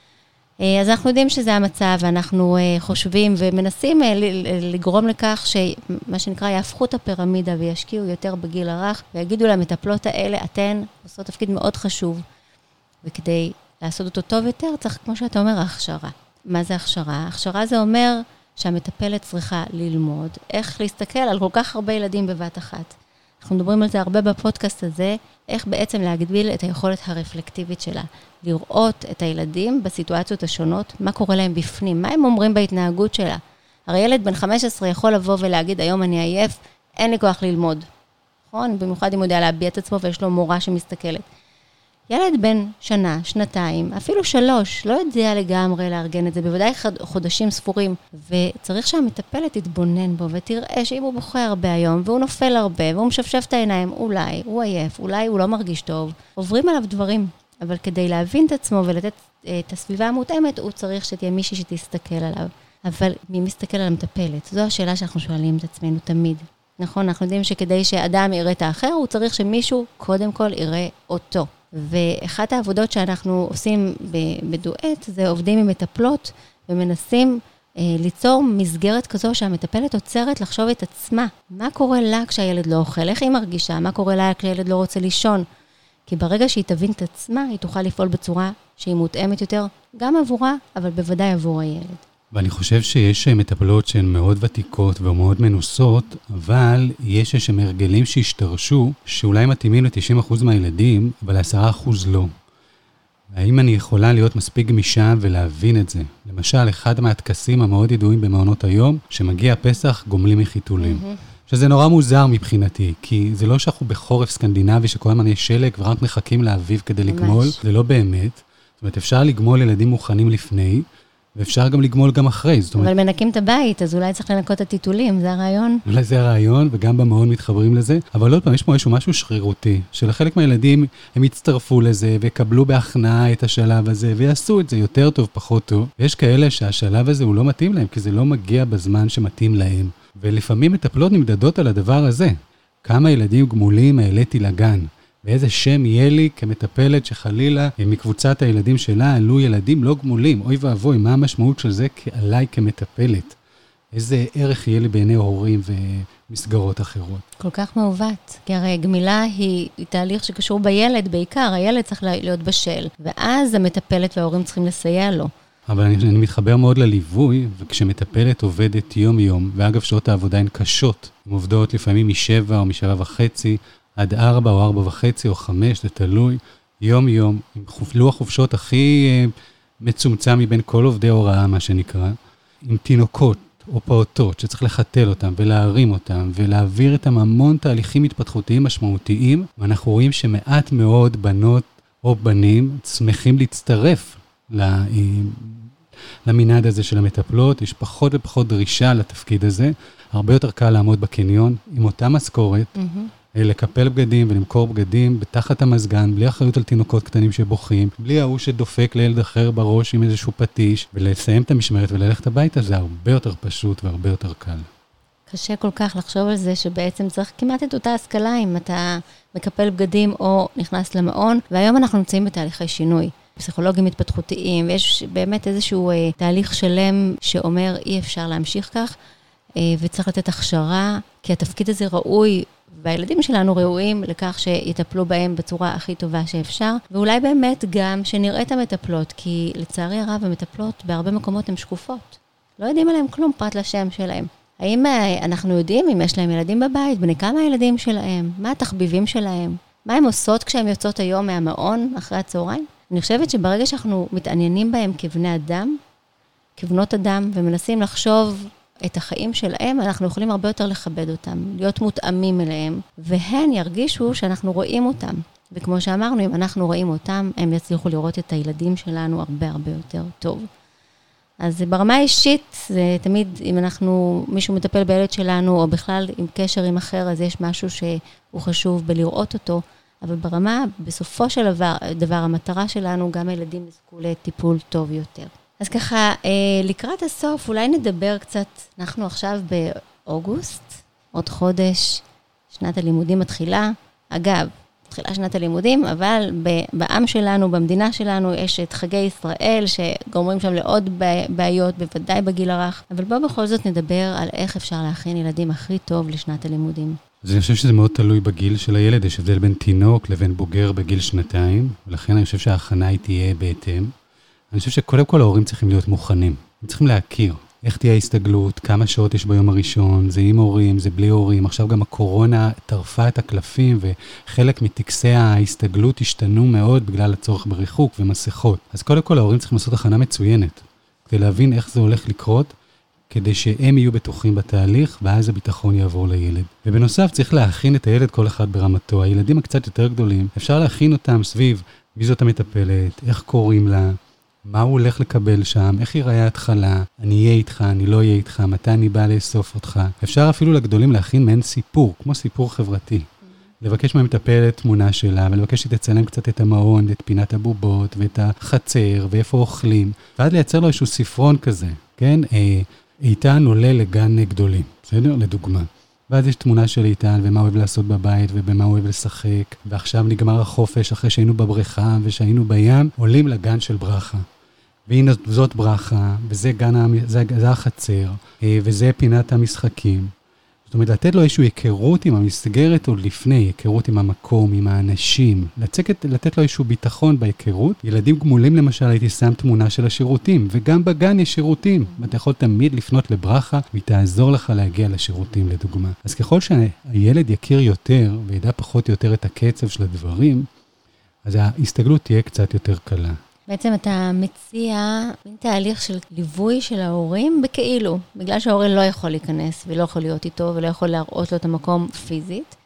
אז אנחנו יודעים שזה המצב, ואנחנו חושבים ומנסים לגרום לכך שמה שנקרא יהפכו את הפירמידה וישקיעו יותר בגיל הרך, ויגידו למטפלות האלה, אתן עושות תפקיד מאוד חשוב, וכדי לעשות אותו טוב יותר, צריך, כמו שאתה אומר, הכשרה. מה זה הכשרה? הכשרה זה אומר שהמטפלת צריכה ללמוד איך להסתכל על כל כך הרבה ילדים בבת אחת. אנחנו מדברים על זה הרבה בפודקאסט הזה, איך בעצם להגביל את היכולת הרפלקטיבית שלה, לראות את הילדים בסיטואציות השונות, מה קורה להם בפנים, מה הם אומרים בהתנהגות שלה. הרי ילד בן חמש עשרה יכול לבוא ולהגיד, היום אני עייף, אין לי כוח ללמוד. נכון? במיוחד אם הוא יודע להביע את עצמו ויש לו מורה שמסתכלת. ילד בן שנה, שנתיים, אפילו שלוש, לא יודע לגמרי לארגן את זה, בוודאי חודשים ספורים, וצריך שהמטפלת תתבונן בו, ותראה שאם הוא בוכה הרבה היום, והוא נופל הרבה, והוא משפשף את העיניים, אולי הוא עייף, אולי הוא לא מרגיש טוב, עוברים עליו דברים, אבל כדי להבין את עצמו ולתת את הסביבה המותאמת, הוא צריך שתהיה מישהי שתסתכל עליו. אבל מי מסתכל על המטפלת? זו השאלה שאנחנו שואלים את עצמנו תמיד. נכון, אנחנו יודעים שכדי שאדם יראה את האחר, הוא צריך שמישהו קודם כל יראה אותו. ואחת העבודות שאנחנו עושים בדואט, זה עובדים עם מטפלות ומנסים אה, ליצור מסגרת כזו שהמטפלת עוצרת לחשוב את עצמה. מה קורה לה כשהילד לא אוכל? איך היא מרגישה? מה קורה לה כשהילד לא רוצה לישון? כי ברגע שהיא תבין את עצמה, היא תוכל לפעול בצורה שהיא מותאמת יותר, גם עבורה, אבל בוודאי עבור הילד. ואני חושב שיש מטפלות שהן מאוד ותיקות ומאוד מנוסות, אבל יש איזשהם הרגלים שהשתרשו, שאולי מתאימים ל-תשעים אחוז מהילדים, אבל ל-עשרה אחוז לא. האם אני יכולה להיות מספיק גמישה ולהבין את זה? למשל, אחד מהטקסים המאוד ידועים במעונות היום, שמגיע פסח גומלים מחיתולים. Mm-hmm. שזה נורא מוזר מבחינתי, כי זה לא שאנחנו בחורף סקנדינבי, שכל הזמן יש שלג ורק מחכים לאביב כדי לגמול, זה לא באמת. זאת אומרת, אפשר לגמול ילדים מוכנים לפני, ואפשר גם לגמול גם אחרי. זאת אומרת, אבל מנקים את הבית, אז אולי צריך לנקות את הטיטולים, זה הרעיון? אולי זה הרעיון, וגם במעון מתחברים לזה, אבל עוד פעם, יש פה משהו, משהו שרירותי, שלחלק מהילדים הם יצטרפו לזה, ויקבלו בהכנעה את השלב הזה, ויעשו את זה יותר טוב, פחות טוב. ויש כאלה שהשלב הזה הוא לא מתאים להם, כי זה לא מגיע בזמן שמתאים להם. ולפעמים מטפלות נמדדות על הדבר הזה. כמה ילדים גמולים העליתי לגן, ואיזה שם יהיה לי כמטפלת שחלילה מקבוצת הילדים שלה עלו ילדים לא גמולים. אוי ואבוי, מה המשמעות של זה עליי כמטפלת? איזה ערך יהיה לי בעיני הורים ומסגרות אחרות? כל כך מעוות, כי הרי גמילה היא, היא תהליך שקשור בילד בעיקר, הילד צריך להיות בשל, ואז המטפלת וההורים צריכים לסייע לו. אבל אני, אני מתחבר מאוד לליווי, וכשמטפלת עובדת יום-יום, ואגב שעות העבודה הן קשות, הן עובדות לפעמים משבע או משבע וחצי, עד ארבע או ארבע וחצי או חמש, זה תלוי, יום-יום, עם לוח חופשות הכי אה, מצומצם מבין כל עובדי הוראה, מה שנקרא, עם תינוקות או פעוטות שצריך לחתל אותם ולהרים אותם, ולהעביר את המון תהליכים התפתחותיים משמעותיים, ואנחנו רואים שמעט מאוד בנות או בנים שמחים להצטרף למנעד הזה של המטפלות, יש פחות ופחות דרישה לתפקיד הזה, הרבה יותר קל לעמוד בקניון עם אותה משכורת, mm-hmm. לקפל בגדים ולמכור בגדים בתחת המזגן, בלי אחריות על תינוקות קטנים שבוכים, בלי ההוא שדופק לילד אחר בראש עם איזשהו פטיש, ולסיים את המשמרת וללכת הביתה, זה הרבה יותר פשוט והרבה יותר קל. קשה כל כך לחשוב על זה שבעצם צריך כמעט את אותה השכלה אם אתה מקפל בגדים או נכנס למעון, והיום אנחנו נמצאים בתהליכי שינוי. פסיכולוגים התפתחותיים, ויש באמת איזשהו אה, תהליך שלם שאומר אי אפשר להמשיך כך, אה, וצריך לתת הכשרה, כי התפקיד הזה ראוי, והילדים שלנו ראויים לכך שיטפלו בהם בצורה הכי טובה שאפשר, ואולי באמת גם שנראה את המטפלות, כי לצערי הרב המטפלות בהרבה מקומות הן שקופות. לא יודעים עליהם כלום פרט לשם שלהם. האם אנחנו יודעים אם יש להם ילדים בבית, בני כמה הילדים שלהם, מה התחביבים שלהם, מה הן עושות כשהן יוצאות היום מהמעון אחרי הצהריים? אני חושבת שברגע שאנחנו מתעניינים בהם כבני אדם, כבנות אדם, ומנסים לחשוב את החיים שלהם, אנחנו יכולים הרבה יותר לכבד אותם, להיות מותאמים אליהם, והן ירגישו שאנחנו רואים אותם. וכמו שאמרנו, אם אנחנו רואים אותם, הם יצליחו לראות את הילדים שלנו הרבה הרבה יותר טוב. אז ברמה האישית, זה תמיד, אם אנחנו, מישהו מטפל בילד שלנו, או בכלל עם קשר עם אחר, אז יש משהו שהוא חשוב בלראות אותו, אבל ברמה, בסופו של דבר, דבר המטרה שלנו, גם הילדים יזכו לטיפול טוב יותר. אז ככה, לקראת הסוף, אולי נדבר קצת, אנחנו עכשיו באוגוסט, עוד חודש, שנת הלימודים מתחילה. אגב, מתחילה שנת הלימודים, אבל בעם שלנו, במדינה שלנו, יש את חגי ישראל, שגורמים שם לעוד בעיות, בוודאי בגיל הרך. אבל בואו בכל זאת נדבר על איך אפשר להכין ילדים הכי טוב לשנת הלימודים. אז אני חושב שזה מאוד תלוי בגיל של הילד, יש הבדל בין תינוק לבין בוגר בגיל שנתיים, ולכן אני חושב שההכנה היא תהיה בהתאם. אני חושב שקודם כל ההורים צריכים להיות מוכנים, הם צריכים להכיר איך תהיה ההסתגלות, כמה שעות יש ביום הראשון, זה עם הורים, זה בלי הורים, עכשיו גם הקורונה טרפה את הקלפים, וחלק מטקסי ההסתגלות השתנו מאוד בגלל הצורך בריחוק ומסכות. אז קודם כל ההורים צריכים לעשות הכנה מצוינת, כדי להבין איך זה הולך לקרות, כדי שהם יהיו בטוחים בתהליך, ואז הביטחון יעבור לילד. ובנוסף צריך להכין את הילד כל אחד ברמתו. הילדים הקצת יותר גדולים, אפשר להכין אותם סביב מי זאת המטפלת, איך קוראים לה, מה הוא הולך לקבל שם, איך ייראה התחלה, אני אהיה איתך, אני לא אהיה איתך, מתי אני בא לאסוף אותך. אפשר אפילו לגדולים להכין מעין סיפור, כמו סיפור חברתי. לבקש מהמטפלת תמונה שלה, ולבקש שתצלם קצת את המעון, את פינת הבובות, ואת החצר, ואיפה אוכלים, ועד לייצר לו איזשהו ספרון כזה, כן? איתן עולה לגן גדולים, בסדר? לדוגמה. ואז יש תמונה של איתן, ומה הוא אוהב לעשות בבית, ובמה הוא אוהב לשחק, ועכשיו נגמר החופש, אחרי שהיינו בבריכה, ושהיינו בים, עולים לגן של ברכה. והנה זאת ברכה, וזה גן, זה, זה החצר, וזה פינת המשחקים. זאת אומרת, לתת לו איזושהי היכרות עם המסגרת עוד לפני, היכרות עם המקום, עם האנשים, לצקת, לתת לו איזשהו ביטחון בהיכרות. ילדים גמולים למשל, הייתי שם תמונה של השירותים, וגם בגן יש שירותים. ואתה יכול תמיד לפנות לברכה, והיא תעזור לך להגיע לשירותים לדוגמה. אז ככל שהילד יכיר יותר, וידע פחות או יותר את הקצב של הדברים, אז ההסתגלות תהיה קצת יותר קלה. בעצם אתה מציע מין תהליך של ליווי של ההורים בכאילו, בגלל שההורים לא יכול להיכנס ולא יכול להיות איתו ולא יכול להראות לו את המקום פיזית.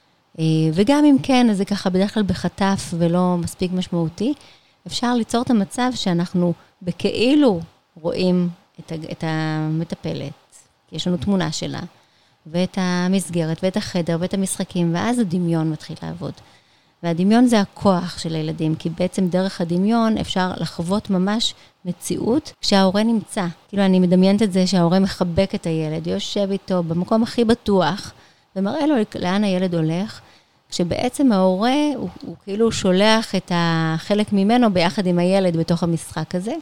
וגם אם כן, אז זה ככה בדרך כלל בחטף ולא מספיק משמעותי, אפשר ליצור את המצב שאנחנו בכאילו רואים את, את המטפלת, כי יש לנו תמונה שלה, ואת המסגרת ואת החדר ואת המשחקים, ואז הדמיון מתחיל לעבוד. והדמיון זה הכוח של הילדים, כי בעצם דרך הדמיון אפשר לחוות ממש מציאות כשההורה נמצא. כאילו אני מדמיינת את זה שההורה מחבק את הילד, יושב איתו במקום הכי בטוח, ומראה לו לאן הילד הולך, כשבעצם ההורה הוא, הוא כאילו שולח את החלק ממנו ביחד עם הילד בתוך המשחק הזה,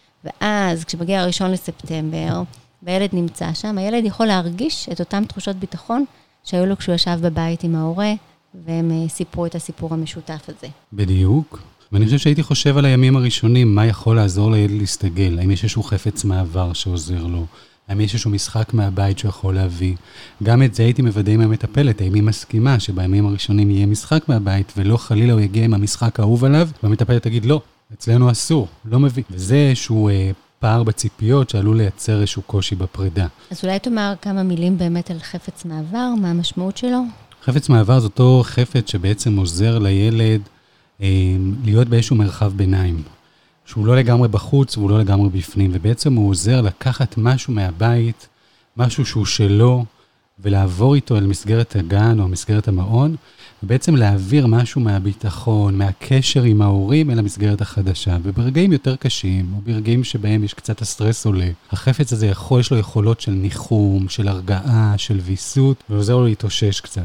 ואז כשמגיע הראשון לספטמבר, והילד נמצא שם, הילד יכול להרגיש את אותם תחושות ביטחון שהיו לו כשהוא ישב בבית עם ההורה, והם סיפרו את הסיפור המשותף הזה. בדיוק. ואני חושב שהייתי חושב על הימים הראשונים, מה יכול לעזור לילד להסתגל. האם יש איזשהו חפץ מעבר שעוזר לו? האם יש איזשהו משחק מהבית שיכול להביא? גם את זה הייתי מוודא עם המטפלת, האם היא מסכימה שבימים הראשונים יהיה משחק מהבית, ולא חלילה הוא יגיע עם המשחק האהוב עליו, והמטפלת תגיד, לא, אצלנו אסור, לא מביא. וזה איזשהו אה, פער בציפיות שעלול לייצר איזשהו קושי בפרידה. אז אולי תאמר כמה מילים באמת על חפץ מעבר, מה המשמעות שלו? חפץ מעבר זה אותו חפץ שבעצם עוזר לילד אה, להיות באיזשהו מרחב ביניים, שהוא לא לגמרי בחוץ והוא לא לגמרי בפנים, ובעצם הוא עוזר לקחת משהו מהבית, משהו שהוא שלו, ולעבור איתו אל מסגרת הגן או מסגרת המעון, ובעצם להעביר משהו מהביטחון, מהקשר עם ההורים אל המסגרת החדשה, וברגעים יותר קשים, או ברגעים שבהם יש קצת הסטרס עולה, החפץ הזה יכול, יש לו יכולות של ניחום, של הרגעה, של ויסות, ועוזר לו להתאושש קצת.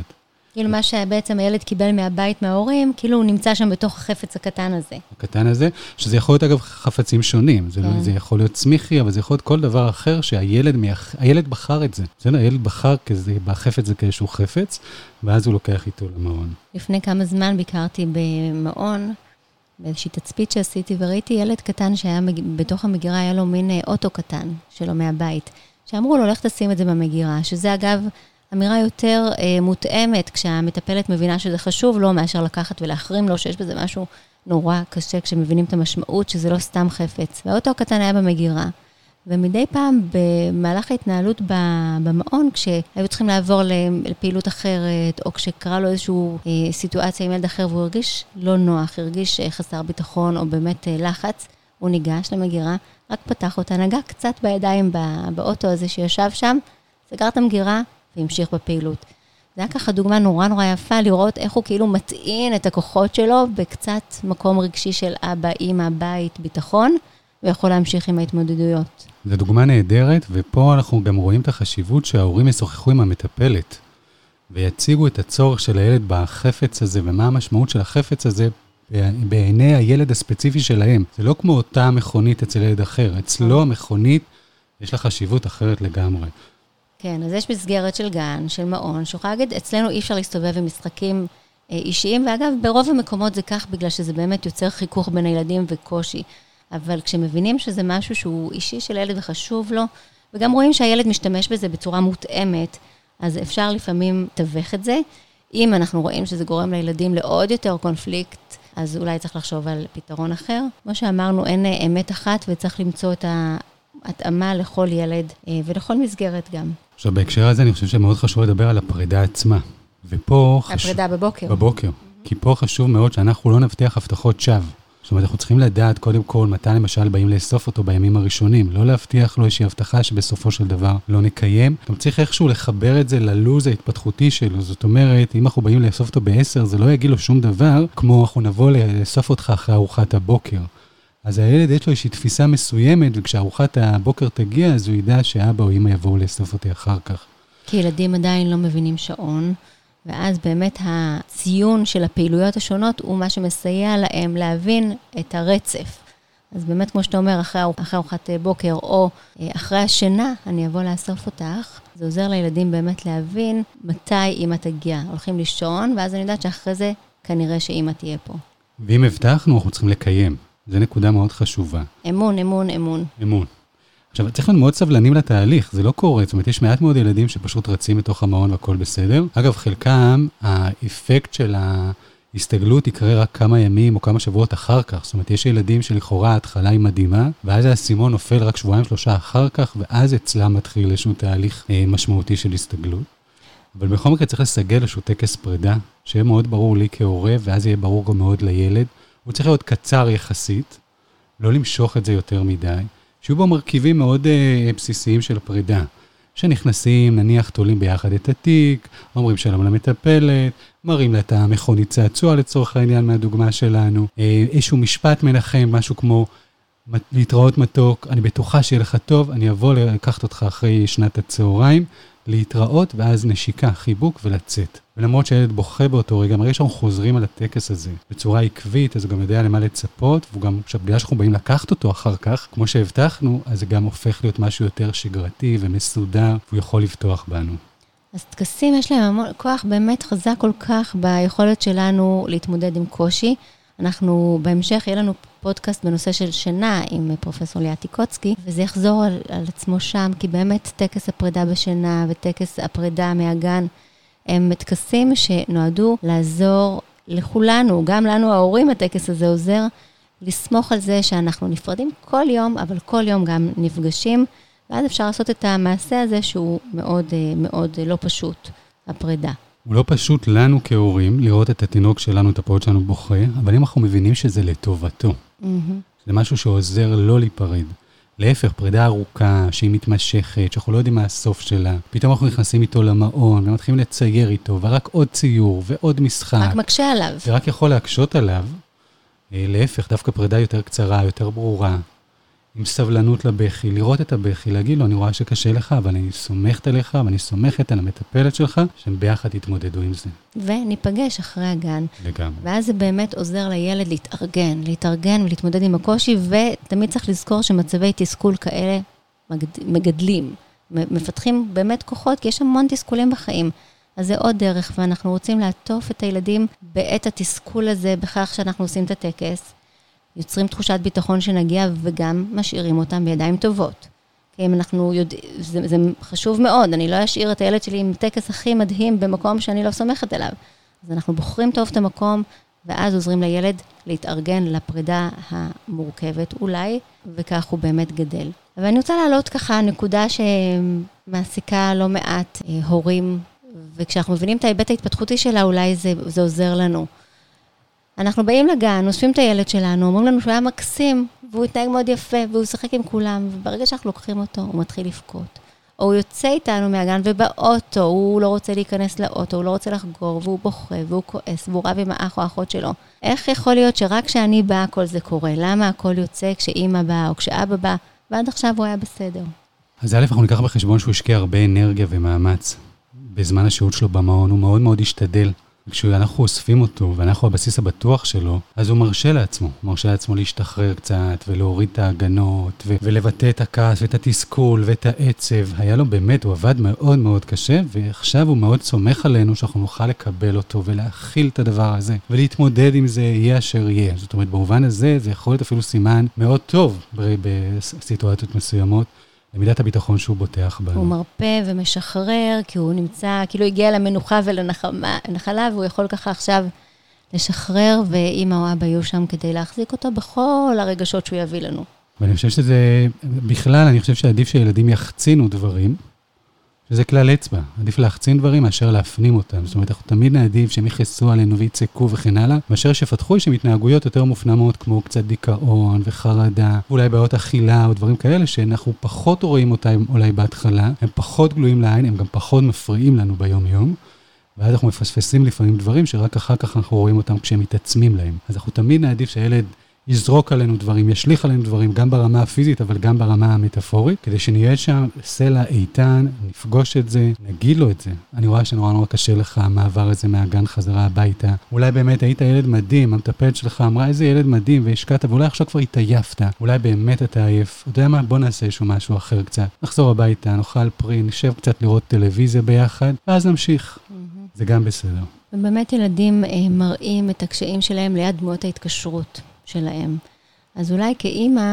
כאילו מה שבעצם הילד קיבל מהבית, מההורים, כאילו הוא נמצא שם בתוך החפץ הקטן הזה. הקטן הזה, שזה יכול להיות אגב חפצים שונים, זה, לא, זה יכול להיות צמיחי, אבל זה יכול להיות כל דבר אחר שהילד מייח, הילד בחר את זה. בסדר, הילד בחר כזה, בחפץ זה כאיזשהו חפץ, ואז הוא לוקח איתו למעון. לפני כמה זמן ביקרתי במעון, באיזושהי תצפית שעשיתי, וראיתי ילד קטן שהיה בתוך המגירה, היה לו מין אוטו קטן שלו מהבית, שאמרו לו, לך תשים את זה במגירה, שזה אגב אמירה יותר אה, מותאמת, כשהמטפלת מבינה שזה חשוב לו, מאשר לקחת ולהחרים לו, שיש בזה משהו נורא קשה, כשמבינים את המשמעות, שזה לא סתם חפץ. והאוטו הקטן היה במגירה, ומדי פעם, במהלך ההתנהלות במעון, כשהיו צריכים לעבור לפעילות אחרת, או כשקרה לו איזושהי אה, סיטואציה עם ילד אחר, והוא הרגיש לא נוח, הרגיש אה, חסר ביטחון, או באמת אה, לחץ, הוא ניגש למגירה, רק פתח אותה, נגע קצת בידיים באוטו הזה שישב שם, סגר את המגירה, והמשיך בפעילות. זה היה ככה דוגמה נורא נורא יפה, לראות איך הוא כאילו מטעין את הכוחות שלו, בקצת מקום רגשי של אבא, אמא, בית, ביטחון, ויכול להמשיך עם ההתמודדויות. זו דוגמה נהדרת, ופה אנחנו גם רואים את החשיבות שההורים ישוחחו עם המטפלת, ויציגו את הצורך של הילד בחפץ הזה, ומה המשמעות של החפץ הזה, בעיני הילד הספציפי שלהם. זה לא כמו אותה מכונית אצל ילד אחר, אצלו המכונית יש לה חשיבות אחרת לגמרי. כן, אז יש מסגרת של גן, של מעון, שיוכל להגיד, אצלנו אי אפשר להסתובב עם משחקים אישיים, ואגב, ברוב המקומות זה כך, בגלל שזה באמת יוצר חיכוך בין הילדים וקושי. אבל כשמבינים שזה משהו שהוא אישי של הילד וחשוב לו, וגם רואים שהילד משתמש בזה בצורה מותאמת, אז אפשר לפעמים לתווך את זה. אם אנחנו רואים שזה גורם לילדים לעוד יותר קונפליקט, אז אולי צריך לחשוב על פתרון אחר. כמו שאמרנו, אין אמת אחת, וצריך למצוא את ההתאמה לכל ילד ולכל מסגרת גם. עכשיו, בהקשר הזה אני חושב שמאוד חשוב לדבר על הפרידה עצמה. ופה חשוב... הפרידה בבוקר. בבוקר. כי פה חשוב מאוד שאנחנו לא נבטיח הבטחות שווא. זאת אומרת, אנחנו צריכים לדעת קודם כל מתי למשל באים לאסוף אותו בימים הראשונים. לא להבטיח לו איזושהי הבטחה שבסופו של דבר לא נקיים. גם צריך איכשהו לחבר את זה ללוז ההתפתחותי שלו. זאת אומרת, אם אנחנו באים לאסוף אותו בעשר, זה לא יגיד לו שום דבר, כמו אנחנו נבוא לאסוף אותך אחרי ארוחת הבוקר. אז הילד יש לו איזושהי תפיסה מסוימת, וכשארוחת הבוקר תגיע, אז הוא ידע שאבא או אמא יבואו לאסוף אותי אחר כך. כי ילדים עדיין לא מבינים שעון, ואז באמת הציון של הפעילויות השונות הוא מה שמסייע להם להבין את הרצף. אז באמת, כמו שאתה אומר, אחרי ארוחת בוקר או אחרי השינה, אני אבוא לאסוף אותך. זה עוזר לילדים באמת להבין מתי אמא תגיע. הולכים לישון, ואז אני יודעת שאחרי זה כנראה שאמא תהיה פה. ואם הבטחנו, אנחנו צריכים לקיים. זו נקודה מאוד חשובה. אמון, אמון, אמון. אמון. עכשיו, צריך להיות מאוד סבלנים לתהליך, זה לא קורה, זאת אומרת, יש מעט מאוד ילדים שפשוט רצים מתוך המעון והכל בסדר. אגב, חלקם, האפקט של ההסתגלות יקרה רק כמה ימים או כמה שבועות אחר כך. זאת אומרת, יש ילדים שלכאורה ההתחלה היא מדהימה, ואז הסימון נופל רק שבועיים שלושה אחר כך, ואז אצלם מתחיל איזשהו תהליך אה, משמעותי של הסתגלות. אבל בכל מקרה צריך לסגל איזשהו טקס פרידה, שיהיה מאוד ברור לי כהורה, ואז יהיה ברור גם מאוד לילד. הוא צריך להיות קצר יחסית, לא למשוך את זה יותר מדי, שיהיו בו מרכיבים מאוד אה, בסיסיים של הפרידה, שנכנסים, נניח, תולים ביחד את התיק, אומרים שלום למטפלת, מראים לה את המכונית צעצוע לצורך העניין מהדוגמה שלנו, אה, איזשהו משפט מנחם, משהו כמו להתראות מתוק, אני בטוחה שיהיה לך טוב, אני אבוא לקחת אותך אחרי שנת הצהריים, להתראות ואז נשיקה, חיבוק ולצאת. ולמרות שהילד בוכה באותו רגע, מראה שאנחנו חוזרים על הטקס הזה בצורה עקבית, אז הוא גם יודע למה לצפות, והוא גם, בגלל שאנחנו באים לקחת אותו אחר כך, כמו שהבטחנו, אז זה גם הופך להיות משהו יותר שגרתי ומסודר, והוא יכול לפתוח בנו. אז טקסים יש להם המון, כוח באמת חזק כל כך ביכולת שלנו להתמודד עם קושי. אנחנו בהמשך, יהיה לנו פודקאסט בנושא של שינה עם פרופסור ליאת טיקוצקי, וזה יחזור על, על עצמו שם, כי באמת טקס הפרידה בשינה וטקס הפרידה מהגן, הם טקסים שנועדו לעזור לכולנו, גם לנו ההורים הטקס הזה עוזר, לסמוך על זה שאנחנו נפרדים כל יום, אבל כל יום גם נפגשים, ואז אפשר לעשות את המעשה הזה שהוא מאוד מאוד לא פשוט, הפרידה. הוא לא פשוט לנו כהורים לראות את התינוק שלנו, את הפעוט שלנו בוכה, אבל אם אנחנו מבינים שזה לטובתו, mm-hmm. זה משהו שעוזר לא להיפרד. להפך, פרידה ארוכה, שהיא מתמשכת, שאנחנו לא יודעים מה הסוף שלה. פתאום אנחנו נכנסים איתו למעון, ומתחילים לצייר איתו, ורק עוד ציור, ועוד משחק. רק מקשה עליו. ורק יכול להקשות עליו. להפך, דווקא פרידה יותר קצרה, יותר ברורה. עם סבלנות לבכי, לראות את הבכי, להגיד לו, אני רואה שקשה לך, אבל אני סומכת עליך, ואני סומכת על המטפלת שלך, שהם ביחד יתמודדו עם זה. וניפגש אחרי הגן. לגמרי. ואז זה באמת עוזר לילד להתארגן, להתארגן ולהתמודד עם הקושי, ותמיד צריך לזכור שמצבי תסכול כאלה מגדלים, מפתחים באמת כוחות, כי יש המון תסכולים בחיים. אז זה עוד דרך, ואנחנו רוצים לעטוף את הילדים בעת התסכול הזה, בכך שאנחנו עושים את הטקס, יוצרים תחושת ביטחון שנגיע, וגם משאירים אותם בידיים טובות. כי אם אנחנו יודעים, זה, זה חשוב מאוד, אני לא אשאיר את הילד שלי עם טקס הכי מדהים, במקום שאני לא סומכת עליו. אז אנחנו בוחרים טוב את המקום, ואז עוזרים לילד להתארגן לפרידה המורכבת אולי, וכך הוא באמת גדל. אבל אני רוצה להעלות ככה נקודה שמעסיקה לא מעט אה, הורים, וכשאנחנו מבינים את ההיבט ההתפתחותי שלה, אולי זה, זה עוזר לנו. אנחנו באים לגן, אוספים את הילד שלנו, אומרים לנו שהוא היה מקסים, והוא התנהג מאוד יפה, והוא שחק עם כולם, וברגע שאנחנו לוקחים אותו, הוא מתחיל לבכות. או הוא יוצא איתנו מהגן, ובאוטו, הוא לא רוצה להיכנס לאוטו, הוא לא רוצה לחגור, והוא בוכה, והוא כועס, והוא רב עם האח או האחות שלו. איך יכול להיות שרק כשאני באה, כל זה קורה? למה הכל יוצא כשאמא באה, או כשאבא בא, ועד עכשיו הוא היה בסדר? אז א', אנחנו ניקח בחשבון שהוא השקיע הרבה אנרגיה ומאמץ. בזמן השהות שלו במעון, הוא מאוד מאוד השתדל. כשאנחנו אוספים אותו, ואנחנו הבסיס הבטוח שלו, אז הוא מרשה לעצמו. הוא מרשה לעצמו להשתחרר קצת, ולהוריד את ההגנות, ו- ולבטא את הכעס, ואת התסכול, ואת העצב. היה לו באמת, הוא עבד מאוד מאוד קשה, ועכשיו הוא מאוד סומך עלינו, שאנחנו נוכל לקבל אותו, ולהכיל את הדבר הזה, ולהתמודד עם זה, יהיה אשר יהיה. זאת אומרת, במובן הזה, זה יכול להיות אפילו סימן מאוד טוב, בסיטואציות מסוימות, למידת הביטחון שהוא בוטח בנו. הוא מרפא ומשחרר, כי הוא נמצא, כאילו הגיע למנוחה ולנחלה, והוא יכול ככה עכשיו לשחרר, ואמא או אבא יהיו שם כדי להחזיק אותו בכל הרגשות שהוא יביא לנו. ואני חושב שזה, בכלל, אני חושב שעדיף שילדים יחצינו דברים, שזה כלל אצבע. עדיף להחצין דברים מאשר להפנים אותם. זאת אומרת, אנחנו תמיד נעדיף שהם יחסו עלינו ויצקו וכן הלאה, מאשר שפתחו איזשהם התנהגויות יותר מופנמות, כמו קצת דיכאון וחרדה, אולי בעיות אכילה או דברים כאלה, שאנחנו פחות רואים אותם אולי בהתחלה, הם פחות גלויים לעין, הם גם פחות מפריעים לנו ביום-יום, ואז אנחנו מפספסים לפעמים דברים שרק אחר כך אנחנו רואים אותם כשהם מתעצמים להם. אז אנחנו תמיד נעדיף שהילד יזרוק עלינו דברים, ישליך עלינו דברים, גם ברמה הפיזית, אבל גם ברמה המטאפורית, כדי שנהיה שם סלע איתן, נפגוש את זה, נגיד לו את זה. אני רואה שנורא נורא קשה לך, המעבר הזה מהגן חזרה הביתה. אולי באמת היית ילד מדהים, המטפלת שלך אמרה, איזה ילד מדהים, והשקעת, ואולי עכשיו כבר התעייפת. אולי באמת אתה עייף. אתה יודע מה? בוא נעשה איזשהו משהו אחר קצת. נחזור הביתה, נאכל פרי, נשב קצת לראות טלוויזיה ביחד, ואז נמשיך. זה גם בסדר. ובאמת ילדים אה, מראים את הקשיים שלהם ליד דמויות ההתקשרות שלהם. אז אולי כאימא,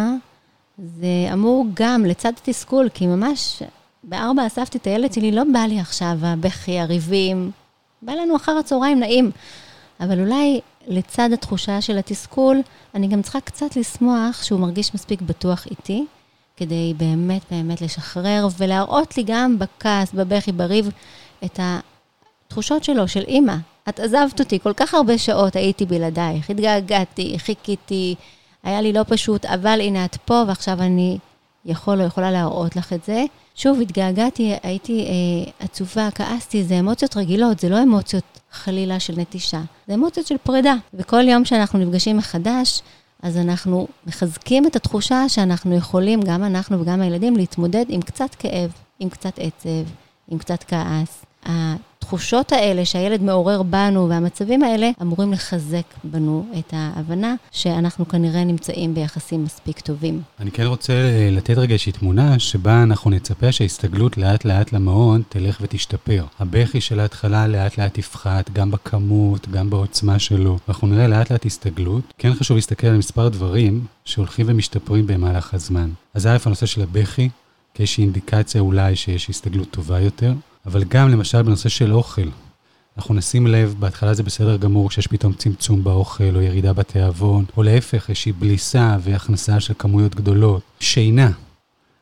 זה אמור גם לצד התסכול, כי ממש בארבע אספתי את הילד שלי, לא בא לי עכשיו הבכי, הריבים, בא לנו אחר הצהריים נעים. אבל אולי לצד התחושה של התסכול, אני גם צריכה קצת לשמוח שהוא מרגיש מספיק בטוח איתי, כדי באמת באמת לשחרר, ולהראות לי גם בכעס, בבכי, בריב, את התחושות שלו, של אימא. את עזבת אותי, כל כך הרבה שעות הייתי בלעדייך, התגעגעתי, חיכיתי, היה לי לא פשוט, אבל הנה את פה, ועכשיו אני יכול או יכולה להראות לך את זה. שוב, התגעגעתי, הייתי אה, עצובה, כעסתי, זה אמוציות רגילות, זה לא אמוציות חלילה של נטישה, זה אמוציות של פרידה. וכל יום שאנחנו נפגשים מחדש, אז אנחנו מחזקים את התחושה שאנחנו יכולים, גם אנחנו וגם הילדים, להתמודד עם קצת כאב, עם קצת עצב, עם קצת כעס. התחושות האלה שהילד מעורר בנו, והמצבים האלה אמורים לחזק בנו את ההבנה שאנחנו כנראה נמצאים ביחסים מספיק טובים. אני כן רוצה לתת רגע איזושהי תמונה שבה אנחנו נצפה שההסתגלות לאט לאט למעון תלך ותשתפר. הבכי של ההתחלה לאט לאט תפחת, גם בכמות, גם בעוצמה שלו. אנחנו נראה לאט לאט הסתגלות. כן חשוב להסתכל על מספר דברים שהולכים ומשתפרים במהלך הזמן. אז א', הנושא של הבכי, כאיזושהי אינדיקציה אולי שיש הסתגלות טובה יותר. אבל גם למשל בנושא של אוכל, אנחנו נשים לב, בהתחלה זה בסדר גמור, שיש פתאום צמצום באוכל, או ירידה בתיאבון, או להפך, איזושהי בליסה והכנסה של כמויות גדולות. שינה.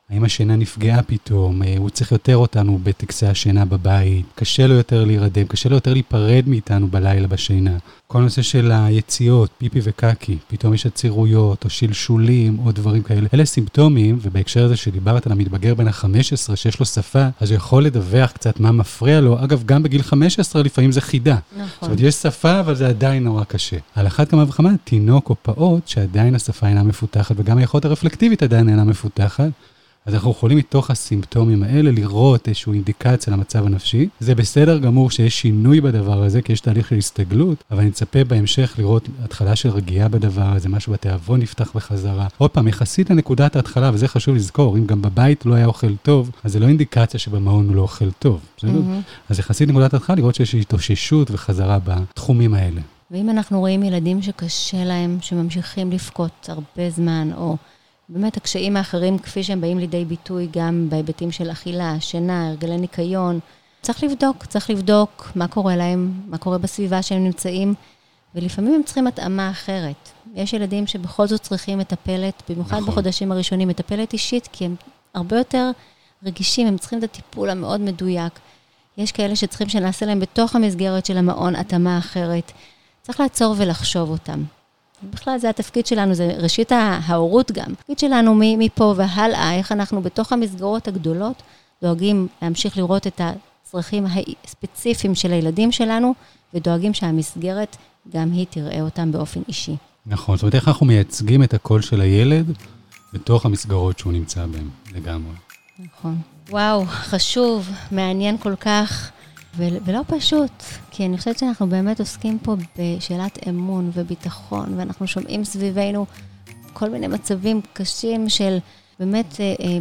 האם השינה נפגעה פתאום, הוא צריך יותר אותנו בטקסי השינה בבית, קשה לו יותר להירדם, קשה לו יותר להיפרד מאיתנו בלילה בשינה. כל נושא של היציאות, פיפי וקקי, פתאום יש עצירויות או שלשולים או דברים כאלה. אלה סימפטומים, ובהקשר הזה שדיברת על המתבגר בין ה-חמש עשרה שיש לו שפה, אז הוא יכול לדווח קצת מה מפריע לו. אגב, גם בגיל חמש עשרה לפעמים זה חידה. נכון. זאת אומרת, יש שפה, אבל זה עדיין נורא קשה. על אחת כמה וכמה, תינוק או פעוט שעדיין השפה אינה מפותחת, וגם היכולת הרפלקטיבית עדיין אינה מפותחת. אז אנחנו יכולים מתוך הסימפטומים האלה לראות איזושהי אינדיקציה למצב הנפשי. זה בסדר גמור שיש שינוי בדבר הזה, כי יש תהליך של הסתגלות, אבל אני אצפה בהמשך לראות התחלה של רגיעה בדבר הזה, משהו בתיאבון נפתח בחזרה. עוד פעם, יחסית לנקודת ההתחלה, וזה חשוב לזכור, אם גם בבית לא היה אוכל טוב, אז זה לא אינדיקציה שבמעון הוא לא אוכל טוב. Mm-hmm. אז יחסית לנקודת ההתחלה, לראות שיש התאוששות וחזרה בתחומים האלה. ואם אנחנו רואים ילדים שקשה להם, שממשיכים לפקות הרבה זמן, או באמת הקשיים האחרים, כפי שהם באים לידי ביטוי גם בהיבטים של אכילה, שינה, הרגלי ניקיון, צריך לבדוק, צריך לבדוק מה קורה להם, מה קורה בסביבה שהם נמצאים, ולפעמים הם צריכים התאמה אחרת. יש ילדים שבכל זאת צריכים מטפלת, במיוחד נכון. בחודשים הראשונים, מטפלת אישית, כי הם הרבה יותר רגישים, הם צריכים את הטיפול המאוד מדויק. יש כאלה שצריכים שנעשה להם בתוך המסגרת של המעון התאמה אחרת. צריך לעצור ולחשוב אותם. בכלל זה התפקיד שלנו, זה ראשית ההורות גם. התפקיד שלנו מפה והלאה, איך אנחנו בתוך המסגרות הגדולות, דואגים להמשיך לראות את הצרכים הספציפיים של הילדים שלנו, ודואגים שהמסגרת גם היא תראה אותם באופן אישי. נכון, זאת אומרת, איך אנחנו מייצגים את הקול של הילד, בתוך המסגרות שהוא נמצא בהם, לגמרי. נכון. וואו, חשוב, מעניין כל כך. ולא פשוט, כי אני חושבת שאנחנו באמת עוסקים פה בשאלת אמון וביטחון, ואנחנו שומעים סביבנו כל מיני מצבים קשים של באמת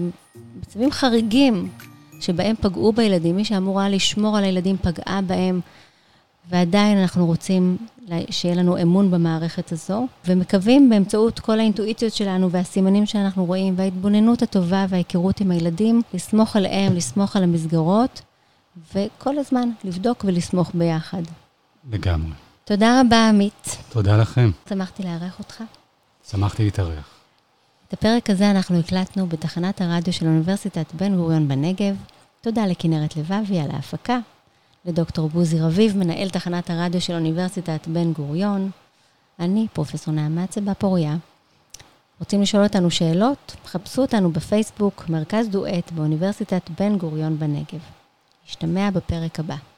מצבים חריגים, שבהם פגעו בילדים, מי שאמורה לשמור על הילדים פגעה בהם, ועדיין אנחנו רוצים שיהיה לנו אמון במערכת הזו, ומקווים באמצעות כל האינטואיציות שלנו והסימנים שאנחנו רואים, וההתבוננות הטובה וההיכרות עם הילדים, לסמוך עליהם, לסמוך על המסגרות, וכל הזמן לבדוק ולסמוך ביחד. לגמרי. תודה רבה, עמית. תודה לכם. שמחתי לארח אותך. שמחתי להתארח. את הפרק הזה אנחנו הקלטנו בתחנת הרדיו של אוניברסיטת בן גוריון בנגב. תודה לכנרת לבבי על ההפקה. לדוקטור בוזי רביב, מנהל תחנת הרדיו של אוניברסיטת בן גוריון. אני, פרופסור נעמה צבא פוריה. רוצים לשאול אותנו שאלות? חפשו אותנו בפייסבוק, מרכז דואט באוניברסיטת בן גוריון בנגב. נשתמע בפרק הבא.